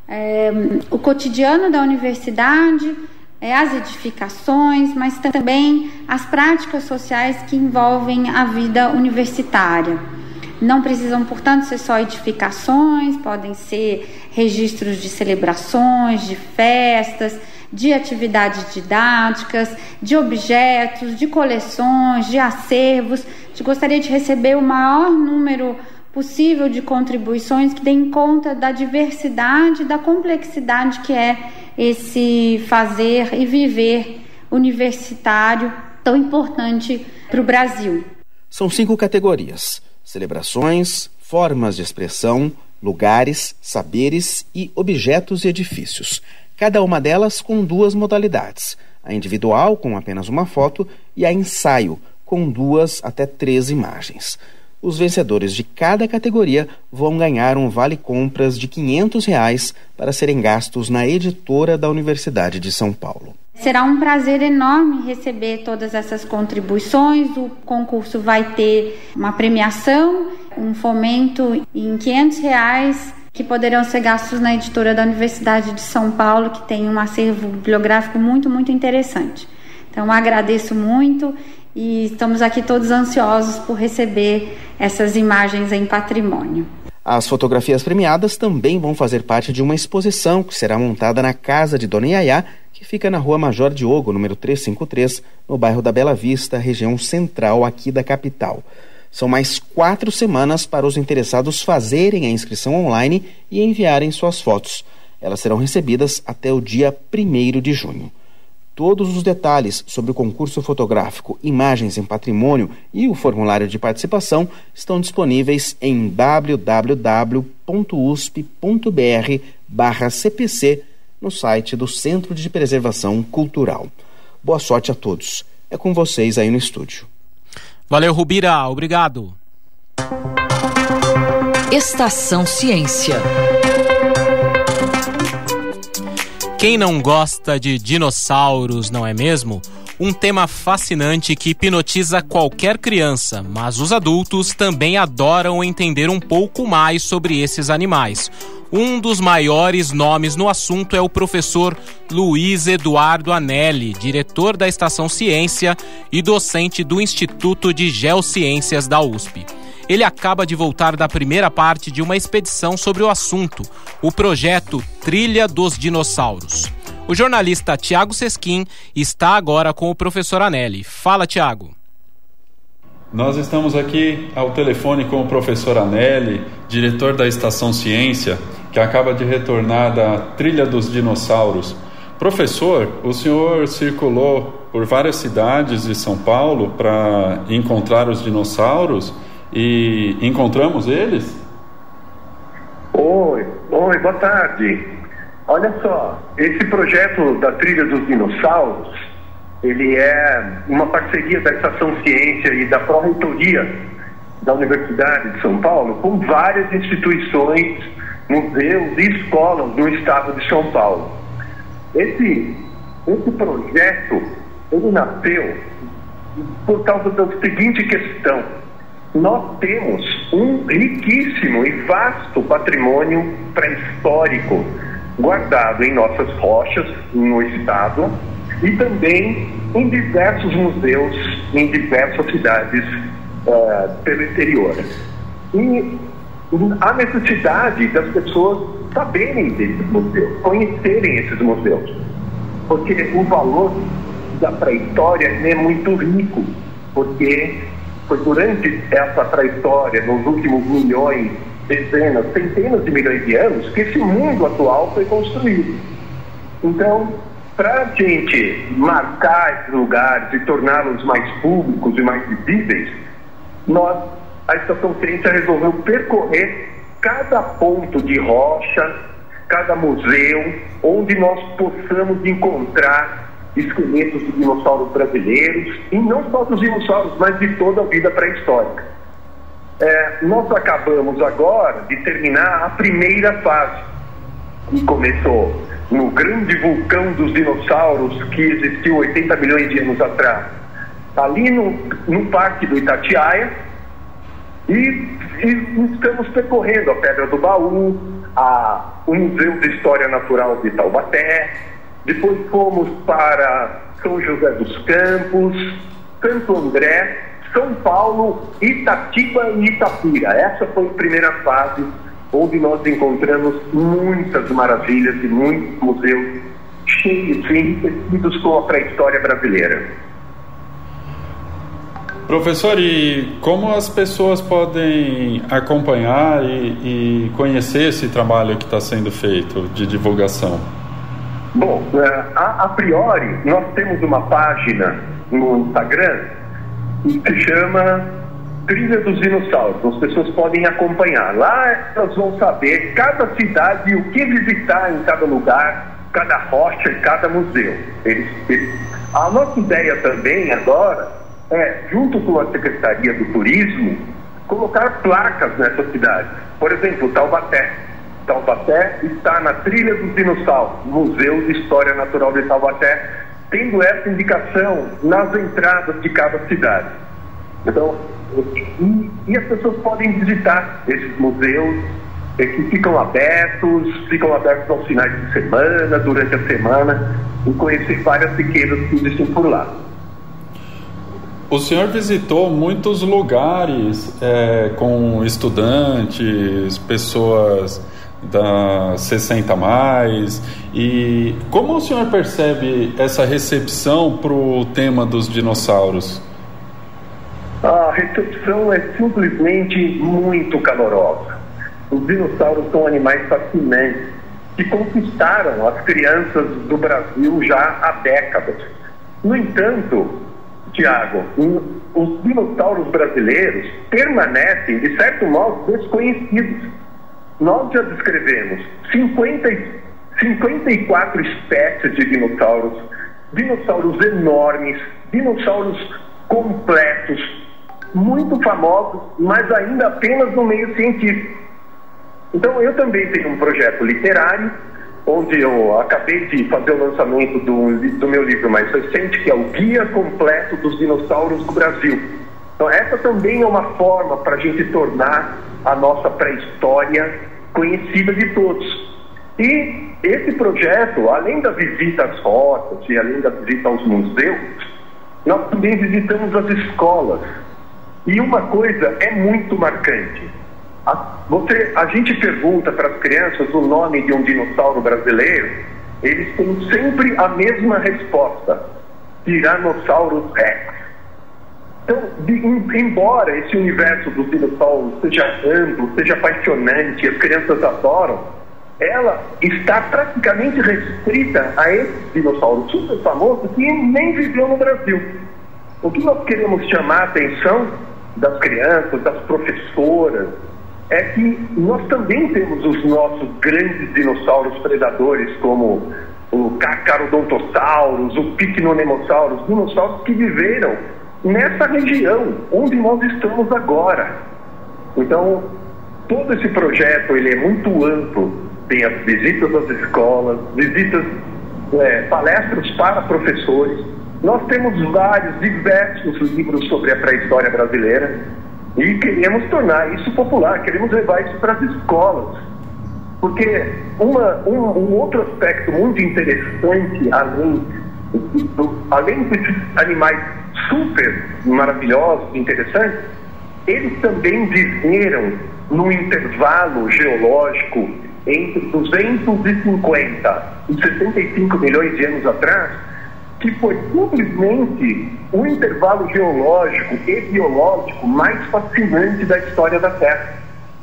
I: é, o cotidiano da universidade, é, as edificações, mas também as práticas sociais que envolvem a vida universitária. Não precisam, portanto, ser só edificações, podem ser registros de celebrações, de festas, de atividades didáticas, de objetos, de coleções, de acervos. A gente gostaria de receber o maior número possível de contribuições que deem conta da diversidade, da complexidade que é esse fazer e viver universitário tão importante para o Brasil.
H: São cinco categorias: celebrações, formas de expressão, lugares, saberes e objetos e edifícios. Cada uma delas com duas modalidades: a individual, com apenas uma foto, e a ensaio, com duas até três imagens. Os vencedores de cada categoria vão ganhar um vale-compras de quinhentos reais para serem gastos na editora da Universidade de São Paulo.
I: Será um prazer enorme receber todas essas contribuições. O concurso vai ter uma premiação, um fomento em quinhentos reais que poderão ser gastos na editora da Universidade de São Paulo, que tem um acervo bibliográfico muito, muito interessante. Então, agradeço muito e estamos aqui todos ansiosos por receber essas imagens em patrimônio.
H: As fotografias premiadas também vão fazer parte de uma exposição que será montada na Casa de Dona Yaya, que fica na Rua Major Diogo, número trezentos e cinquenta e três, no bairro da Bela Vista, região central aqui da capital. São mais quatro semanas para os interessados fazerem a inscrição online e enviarem suas fotos. Elas serão recebidas até o dia primeiro de junho. Todos os detalhes sobre o concurso fotográfico Imagens em Patrimônio e o formulário de participação estão disponíveis em w w w ponto u s p ponto b r barra c p c no site do Centro de Preservação Cultural. Boa sorte a todos. É com vocês aí no estúdio.
B: Valeu, Rubira. Obrigado.
E: Estação Ciência.
B: Quem não gosta de dinossauros, não é mesmo? Um tema fascinante que hipnotiza qualquer criança, mas os adultos também adoram entender um pouco mais sobre esses animais. Um dos maiores nomes no assunto é o professor Luiz Eduardo Anelli, diretor da Estação Ciência e docente do Instituto de Geociências da U S P. Ele acaba de voltar da primeira parte de uma expedição sobre o assunto, o projeto Trilha dos Dinossauros. O jornalista Tiago Sesquim está agora com o professor Anelli. Fala, Tiago.
F: Nós estamos aqui ao telefone com o professor Anelli, diretor da Estação Ciência, que acaba de retornar da Trilha dos Dinossauros. Professor, o senhor circulou por várias cidades de São Paulo para encontrar os dinossauros e encontramos eles?
J: Oi, oi, boa tarde. Olha só, esse projeto da Trilha dos Dinossauros, ele é uma parceria da Estação Ciência e da Pró-Reitoria da Universidade de São Paulo com várias instituições, museus e escolas no estado de São Paulo. Esse, esse projeto, ele nasceu por causa da seguinte questão. Nós temos um riquíssimo e vasto patrimônio pré-histórico guardado em nossas rochas no estado e também em diversos museus em diversas cidades uh, pelo exterior. E há necessidade das pessoas saberem desses museus, conhecerem esses museus, porque o valor da pré-história é muito rico, porque foi durante essa pré-história, nos últimos milhões, dezenas, centenas de milhões de anos, que esse mundo atual foi construído. Então, para a gente marcar esses lugares e torná-los mais públicos e mais visíveis, nós, a Estação Ciência, resolveu percorrer cada ponto de rocha, cada museu, onde nós possamos encontrar esqueletos de dinossauros brasileiros, e não só dos dinossauros, mas de toda a vida pré-histórica. É, nós acabamos agora de terminar a primeira fase, que começou no grande vulcão dos dinossauros que existiu oitenta milhões de anos atrás, ali no, no Parque do Itatiaia, e, e estamos percorrendo a Pedra do Baú, a, o Museu de História Natural de Taubaté, depois fomos para São José dos Campos, Santo André, São Paulo, Itatiba e Itapira. Essa foi a primeira fase, onde nós encontramos muitas maravilhas e muitos museus cheios e enriquecidos com a pré-história brasileira.
F: Professor, e como as pessoas podem acompanhar e, e conhecer esse trabalho que está sendo feito de divulgação?
J: Bom, a, a priori, nós temos uma página no Instagram que se chama Trilha dos Dinossauros. As pessoas podem acompanhar. Lá elas vão saber cada cidade, o que visitar em cada lugar, cada rocha e cada museu. Eles, eles... A nossa ideia também agora é, junto com a Secretaria do Turismo, colocar placas nessas cidades. Por exemplo, Taubaté. Taubaté está na Trilha dos Dinossauros, Museu de História Natural de Taubaté, tendo essa indicação nas entradas de cada cidade. Então, e, e as pessoas podem visitar esses museus é, que ficam abertos, ficam abertos aos finais de semana, durante a semana, e conhecer várias riquezas que existem por lá.
F: O senhor visitou muitos lugares é, com estudantes, pessoas da sessenta mais, e como o senhor percebe essa recepção para o tema dos dinossauros?
J: A recepção é simplesmente muito calorosa. Os dinossauros são animais fascinantes que conquistaram as crianças do Brasil já há décadas. No entanto, Tiago, os dinossauros brasileiros permanecem, de certo modo, desconhecidos. Nós já descrevemos cinquenta, cinquenta e quatro espécies de dinossauros, dinossauros enormes, dinossauros completos, muito famosos, mas ainda apenas no meio científico. Então, eu também tenho um projeto literário, onde eu acabei de fazer o lançamento do, do meu livro mais recente, que é o Guia Completo dos Dinossauros do Brasil. Então, essa também é uma forma para a gente tornar a nossa pré-história conhecida de todos. E esse projeto, além da visita às rotas e além da visita aos museus, nós também visitamos as escolas. E uma coisa é muito marcante. A, você, a gente pergunta para as crianças o nome de um dinossauro brasileiro, eles têm sempre a mesma resposta: Tyrannosaurus Rex. Então, de, embora esse universo dos dinossauros seja amplo, seja apaixonante, as crianças adoram, ela está praticamente restrita a esse dinossauro super famoso que nem viveu no Brasil. O que nós queremos chamar a atenção das crianças, das professoras, é que nós também temos os nossos grandes dinossauros predadores, como o Carcharodontosaurus, o Pycnonemosaurus, dinossauros que viveram nessa região onde nós estamos agora. Então, todo esse projeto ele é muito amplo. Tem as visitas às escolas, visitas, é, palestras para professores. Nós temos vários, diversos livros sobre a pré-história brasileira e queremos tornar isso popular, queremos levar isso para as escolas. Porque uma, um, um outro aspecto muito interessante, além, do, além desses animais super maravilhosos, interessantes, eles também viveram num intervalo geológico entre duzentos e cinquenta e sessenta e cinco milhões de anos atrás, que foi simplesmente o intervalo geológico e biológico mais fascinante da história da Terra.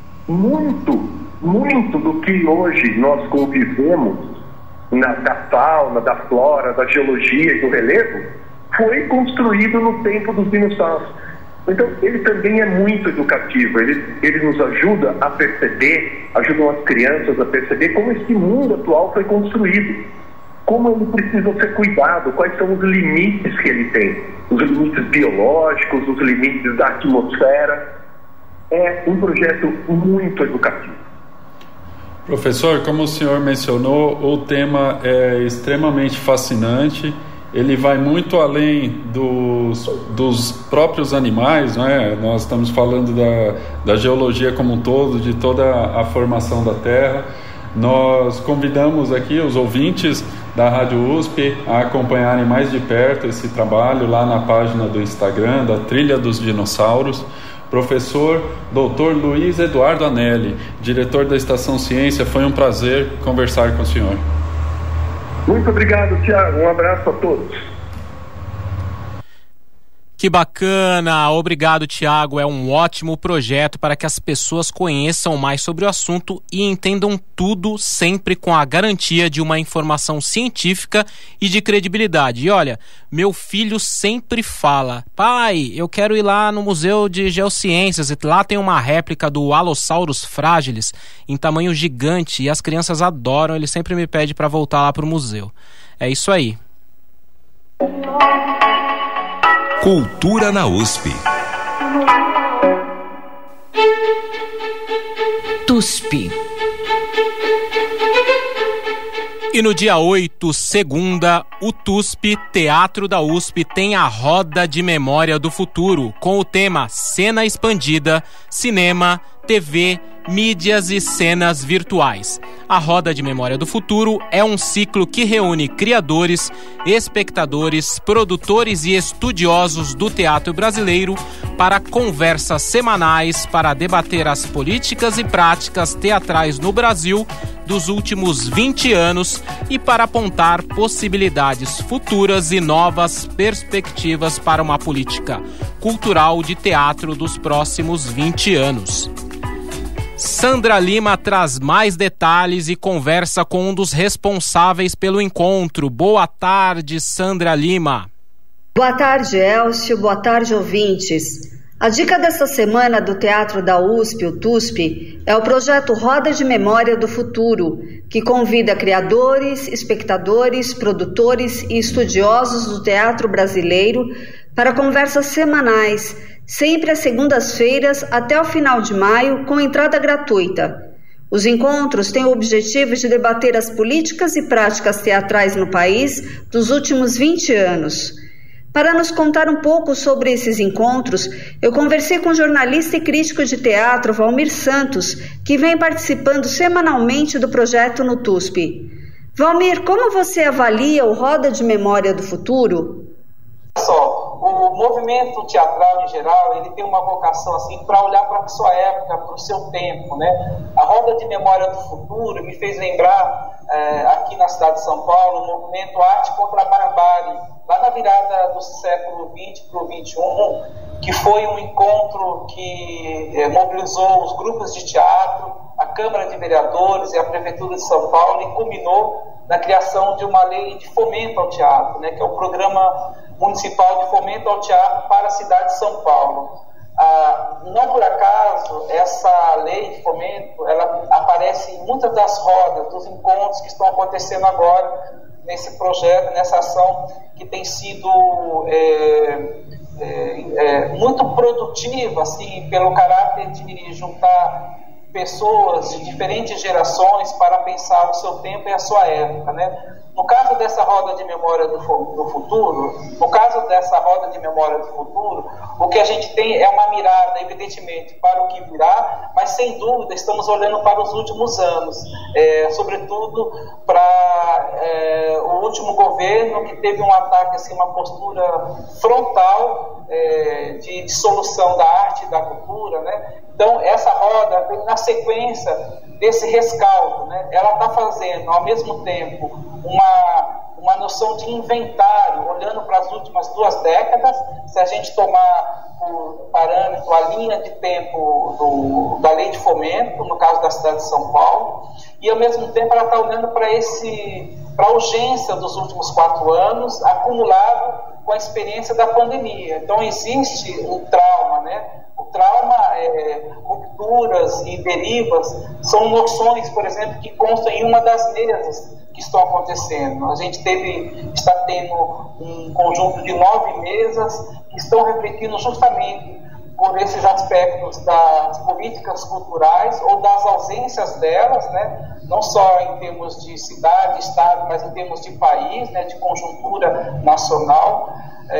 J: Muito, muito do que hoje nós convivemos na, da fauna, da flora, da geologia e do relevo foi construído no tempo dos dinossauros. Então, ele também é muito educativo, ele, ele nos ajuda a perceber, ajudam as crianças a perceber como esse mundo atual foi construído, como ele precisa ser cuidado, quais são os limites que ele tem, os limites biológicos, os limites da atmosfera. É um projeto muito educativo.
F: Professor, como o senhor mencionou, o tema é extremamente fascinante. Ele vai muito além dos, dos próprios animais, né? Nós estamos falando da, da geologia como um todo, de toda a formação da Terra. Nós convidamos aqui os ouvintes da Rádio U S P a acompanharem mais de perto esse trabalho lá na página do Instagram, da Trilha dos Dinossauros. Professor doutor Luiz Eduardo Anelli, diretor da Estação Ciência, foi um prazer conversar com o senhor.
J: Muito obrigado, Tiago. Um abraço a todos.
B: Que bacana! Obrigado, Tiago. É um ótimo projeto para que as pessoas conheçam mais sobre o assunto e entendam tudo, sempre com a garantia de uma informação científica e de credibilidade. E olha, meu filho sempre fala: pai, eu quero ir lá no Museu de Geociências, e lá tem uma réplica do Allosaurus fragilis em tamanho gigante e as crianças adoram. Ele sempre me pede para voltar lá para o museu. É isso aí.
A: Cultura na U S P.
E: T U S P.
B: E no dia oito, segunda, o T U S P, Teatro da U S P, tem a Roda de Memória do Futuro, com o tema Cena Expandida, Cinema, T V, Mídias e Cenas Virtuais. A Roda de Memória do Futuro é um ciclo que reúne criadores, espectadores, produtores e estudiosos do teatro brasileiro para conversas semanais para debater as políticas e práticas teatrais no Brasil dos últimos vinte anos e para apontar possibilidades futuras e novas perspectivas para uma política cultural de teatro dos próximos vinte anos. Sandra Lima traz mais detalhes e conversa com um dos responsáveis pelo encontro. Boa tarde, Sandra Lima.
K: Boa tarde, Elcio. Boa tarde, ouvintes. A dica desta semana do Teatro da U S P, o T U S P, é o projeto Roda de Memória do Futuro, que convida criadores, espectadores, produtores e estudiosos do teatro brasileiro para conversas semanais, sempre às segundas-feiras até o final de maio, com entrada gratuita. Os encontros têm o objetivo de debater as políticas e práticas teatrais no país dos últimos vinte anos. Para nos contar um pouco sobre esses encontros, eu conversei com o jornalista e crítico de teatro Valmir Santos, que vem participando semanalmente do projeto no T U S P. Valmir, como você avalia o Roda de Memória do Futuro?
L: Só, o movimento teatral em geral, ele tem uma vocação assim para olhar para a sua época, para o seu tempo, né? A Roda de Memória do Futuro me fez lembrar é, aqui na cidade de São Paulo o movimento Arte contra a Barbárie, lá na virada do século vinte para o vinte e um, que foi um encontro que eh, mobilizou os grupos de teatro, a Câmara de Vereadores e a Prefeitura de São Paulo, e culminou na criação de uma lei de fomento ao teatro, né, que é o Programa Municipal de Fomento ao Teatro para a cidade de São Paulo. Ah, não por acaso, essa lei de fomento, ela aparece em muitas das rodas, dos encontros que estão acontecendo agora, nesse projeto, nessa ação que tem sido é, é, é, muito produtiva, assim, pelo caráter de juntar pessoas de diferentes gerações para pensar o seu tempo e a sua época, né? No caso dessa roda de memória do, do futuro, no caso dessa roda de memória do futuro, o que a gente tem é uma mirada, evidentemente, para o que virá, mas sem dúvida estamos olhando para os últimos anos, é, sobretudo para é, o último governo, que teve um ataque, assim, uma postura frontal é, de dissolução da arte e da cultura, né? Então, essa roda vem na sequência desse rescaldo, né? Ela está fazendo, ao mesmo tempo, uma, uma noção de inventário, olhando para as últimas duas décadas, se a gente tomar por parâmetro a linha de tempo do, da lei de fomento, no caso da cidade de São Paulo, e, ao mesmo tempo, ela está olhando para esse, para a urgência dos últimos quatro anos, acumulado com a experiência da pandemia. Então, existe um trauma, né? O trauma, é, rupturas e derivas são noções, por exemplo, que constam em uma das mesas que estão acontecendo. A gente teve, está tendo um conjunto de nove mesas que estão refletindo justamente por esses aspectos das políticas culturais ou das ausências delas, né? Não só em termos de cidade, estado, mas em termos de país, né? De conjuntura nacional.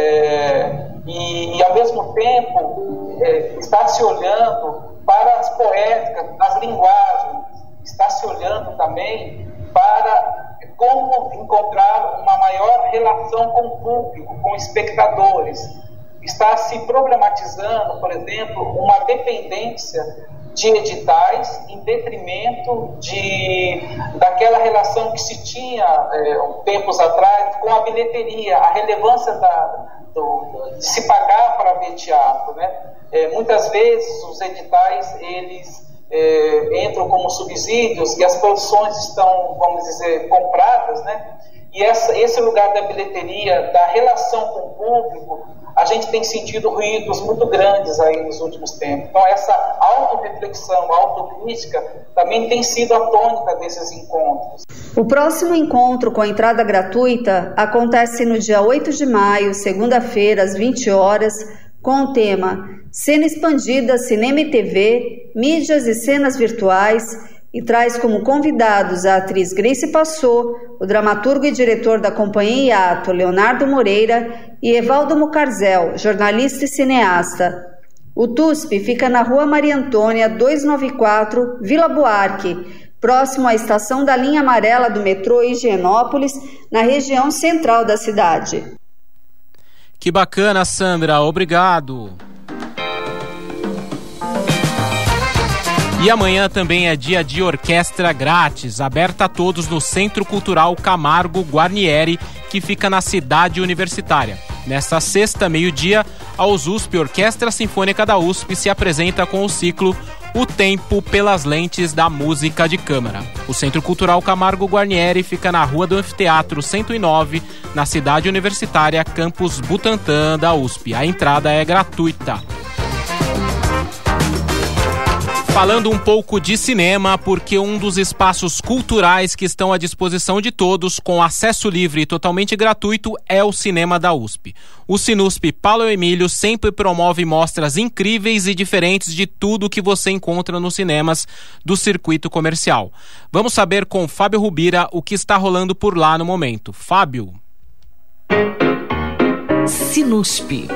L: É, e, e, ao mesmo tempo, é, está se olhando para as poéticas, as linguagens, está se olhando também para como encontrar uma maior relação com o público, com espectadores. Está se problematizando, por exemplo, uma dependência de editais em detrimento de, daquela relação que se tinha é, tempos atrás com a bilheteria, a relevância da, do, de se pagar para ver teatro, né? É, muitas vezes os editais eles é, entram como subsídios e as produções estão, vamos dizer, compradas, né? E essa, esse lugar da bilheteria, da relação com o público, a gente tem sentido ruídos muito grandes aí nos últimos tempos. Então, essa autorreflexão, autocrítica, também tem sido a tônica desses encontros.
K: O próximo encontro com entrada gratuita acontece no dia oito de maio, segunda-feira, às vinte horas, com o tema Cena Expandida, Cinema e T V, Mídias e Cenas Virtuais, e traz como convidados a atriz Grace Passot, o dramaturgo e diretor da Companhia Hiato, Leonardo Moreira, e Evaldo Mucarzel, jornalista e cineasta. O T U S P fica na Rua Maria Antônia, duzentos e noventa e quatro, Vila Buarque, próximo à estação da linha amarela do metrô Higienópolis, na região central da cidade.
B: Que bacana, Sandra, obrigado. E amanhã também é dia de orquestra grátis, aberta a todos no Centro Cultural Camargo Guarnieri, que fica na cidade universitária. Nesta sexta, meio-dia, a U S P, Orquestra Sinfônica da U S P, se apresenta com o ciclo O Tempo pelas Lentes da Música de Câmara. O Centro Cultural Camargo Guarnieri fica na Rua do Anfiteatro cento e nove, na cidade universitária, campus Butantã da U S P. A entrada é gratuita. Falando um pouco de cinema, porque um dos espaços culturais que estão à disposição de todos, com acesso livre e totalmente gratuito, é o cinema da U S P. O Sinusp Paulo Emílio sempre promove mostras incríveis e diferentes de tudo que você encontra nos cinemas do circuito comercial. Vamos saber com Fábio Rubira o que está rolando por lá no momento. Fábio.
E: Sinusp.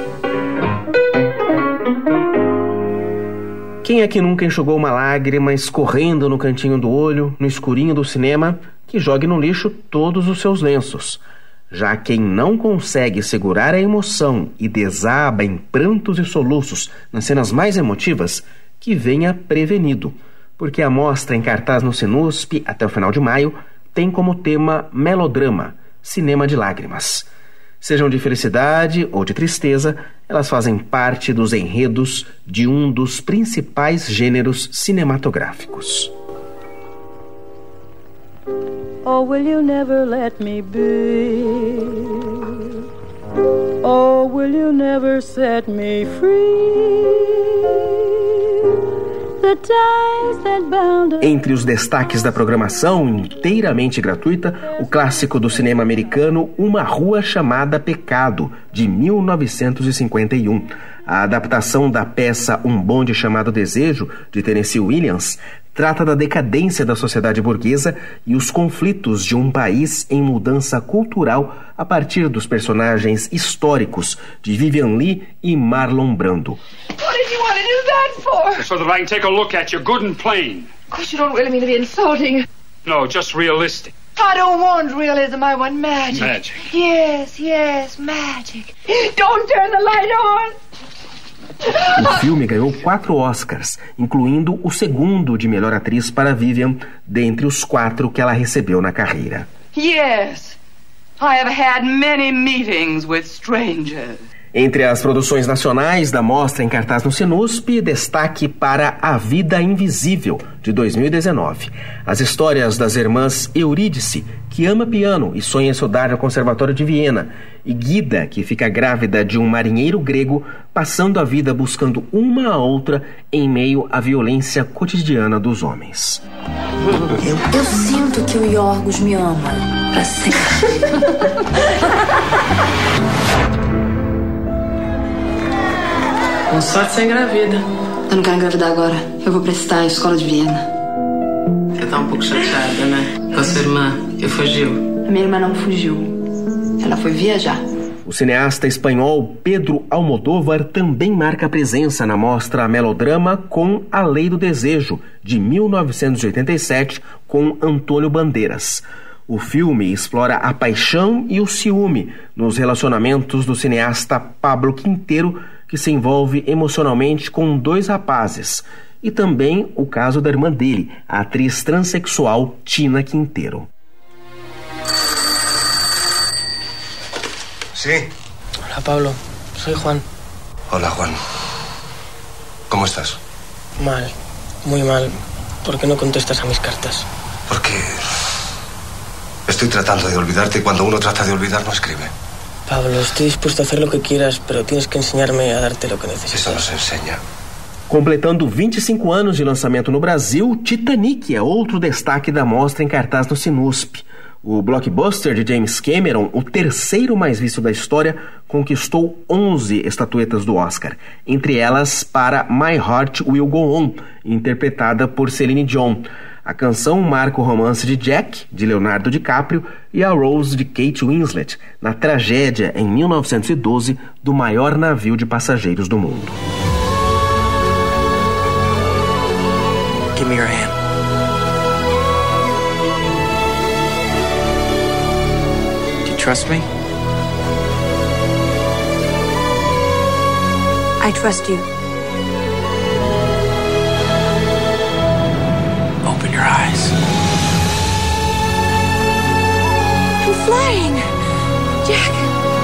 H: Quem é que nunca enxugou uma lágrima escorrendo no cantinho do olho, no escurinho do cinema, que jogue no lixo todos os seus lenços? Já quem não consegue segurar a emoção e desaba em prantos e soluços nas cenas mais emotivas, que venha prevenido, porque a mostra em cartaz no Sinusp até o final de maio tem como tema Melodrama, Cinema de Lágrimas. Sejam de felicidade ou de tristeza, elas fazem parte dos enredos de um dos principais gêneros cinematográficos.
M: Oh, will you never let me be? Oh, will you never set me free? The ties that bound us.
H: Entre os destaques da programação, inteiramente gratuita, o clássico do cinema americano Uma Rua Chamada Pecado, de mil novecentos e cinquenta e um. A adaptação da peça Um Bonde Chamado Desejo, de Tennessee Williams, trata da decadência da sociedade burguesa e os conflitos de um país em mudança cultural a partir dos personagens históricos de Vivian Leigh e Marlon Brando.
N: What did you want to do that for?
O: So that I can take a look at you good and plain.
N: Of course you don't really mean to be insulting.
O: No, just realistic.
N: I don't want realism, I want magic.
O: Magic.
N: Yes, yes, magic. Don't turn the light on.
H: O filme ganhou quatro Oscars, incluindo o segundo de melhor atriz para Vivian, dentre os quatro que ela recebeu na carreira.
N: Yes, I have had many meetings with strangers.
H: Entre as produções nacionais da mostra em cartaz no Sinusp, destaque para A Vida Invisível, de dois mil e dezenove. As histórias das irmãs Eurídice, que ama piano e sonha estudar no Conservatório de Viena, e Guida, que fica grávida de um marinheiro grego, passando a vida buscando uma a outra em meio à violência cotidiana dos homens.
P: Eu, eu sinto que o Yorgos me ama pra sempre.
Q: Com sorte você engravida.
P: Eu não quero engravidar agora. Eu vou prestar a escola de Viena.
Q: Você tá um pouco chateada, né? Com a sua irmã, que fugiu.
P: A minha irmã não fugiu. Ela foi viajar.
H: O cineasta espanhol Pedro Almodóvar também marca presença na mostra Melodrama com A Lei do Desejo, de mil novecentos e oitenta e sete, com Antônio Bandeiras. O filme explora a paixão e o ciúme nos relacionamentos do cineasta Pablo Quintero, que se envolve emocionalmente com dois rapazes, e também o caso da irmã dele, a atriz transexual Tina Quintero.
R: Sí.
Q: Hola, Pablo. Soy Juan.
R: Hola, Juan. ¿Cómo estás?
Q: Mal. Muy mal. ¿Por qué no contestas a mis cartas?
R: Porque estoy tratando de olvidarte y cuando uno trata de olvidar no escribe.
Q: Pablo, estoy dispuesto a hacer lo que quieras, pero tienes que enseñarme a darte lo que necesitas.
R: Eso no se enseña.
H: Completando vinte e cinco anos de lançamento no Brasil, Titanic é outro destaque da mostra em cartaz no Sinusp. O blockbuster de James Cameron, o terceiro mais visto da história, conquistou onze estatuetas do Oscar, entre elas para My Heart Will Go On, interpretada por Celine Dion. A canção marca o romance de Jack, de Leonardo DiCaprio, e a Rose, de Kate Winslet, na tragédia, em mil novecentos e doze, do maior navio de passageiros do mundo.
Q: Give me your hand. Do you trust me?
P: I trust you.
Q: Open your eyes.
P: I'm flying! Jack!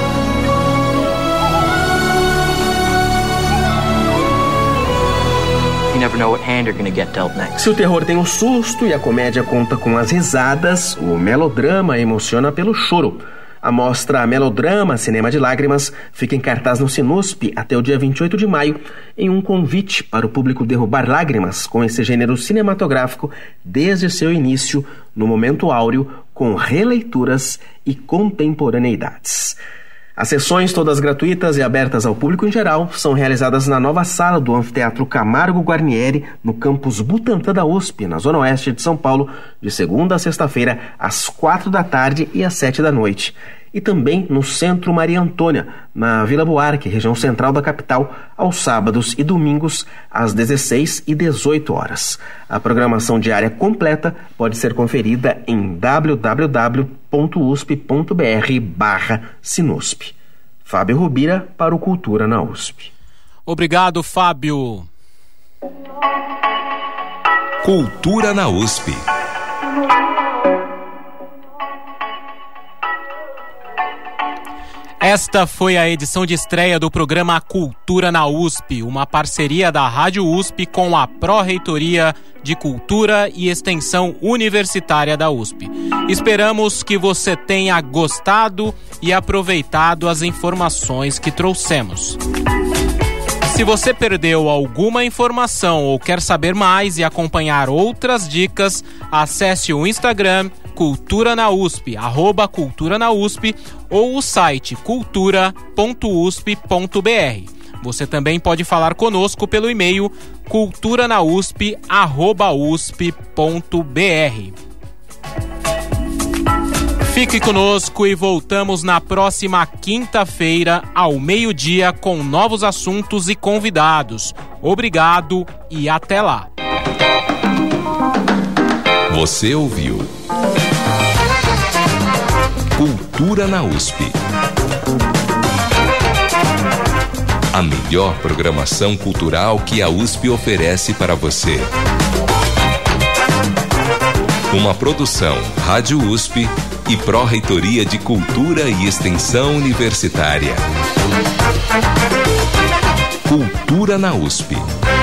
Q: You never know what hand you're gonna get dealt next.
H: Se o terror tem um susto e a comédia conta com as risadas, o melodrama emociona pelo choro. A mostra Melodrama, Cinema de Lágrimas, fica em cartaz no Sinusp até o dia vinte e oito de maio, em um convite para o público derrubar lágrimas com esse gênero cinematográfico desde seu início, no momento áureo, com releituras e contemporaneidades. As sessões, todas gratuitas e abertas ao público em geral, são realizadas na nova sala do Anfiteatro Camargo Guarnieri, no campus Butantã da U S P, na Zona Oeste de São Paulo, de segunda a sexta-feira, às quatro da tarde e às sete da noite. E também no Centro Maria Antônia, na Vila Buarque, região central da capital, aos sábados e domingos, às dezesseis e dezoito horas. A programação diária completa pode ser conferida em w w w ponto u s p ponto b r barra Sinusp. Fábio Rubira para o Cultura na U S P.
B: Obrigado, Fábio.
A: Cultura na U S P.
B: Esta foi a edição de estreia do programa Cultura na U S P, uma parceria da Rádio U S P com a Pró-Reitoria de Cultura e Extensão Universitária da U S P. Esperamos que você tenha gostado e aproveitado as informações que trouxemos. Se você perdeu alguma informação ou quer saber mais e acompanhar outras dicas, acesse o Instagram Cultura na U S P, arroba Cultura na U S P, ou o site cultura ponto u s p ponto b r. Você também pode falar conosco pelo e-mail culturanausp arroba usp ponto b r. Fique conosco e voltamos na próxima quinta-feira, ao meio-dia, com novos assuntos e convidados. Obrigado e até lá.
A: Você ouviu Cultura na U S P. A melhor programação cultural que a U S P oferece para você. Uma produção Rádio U S P e Pró-Reitoria de Cultura e Extensão Universitária. Cultura na U S P.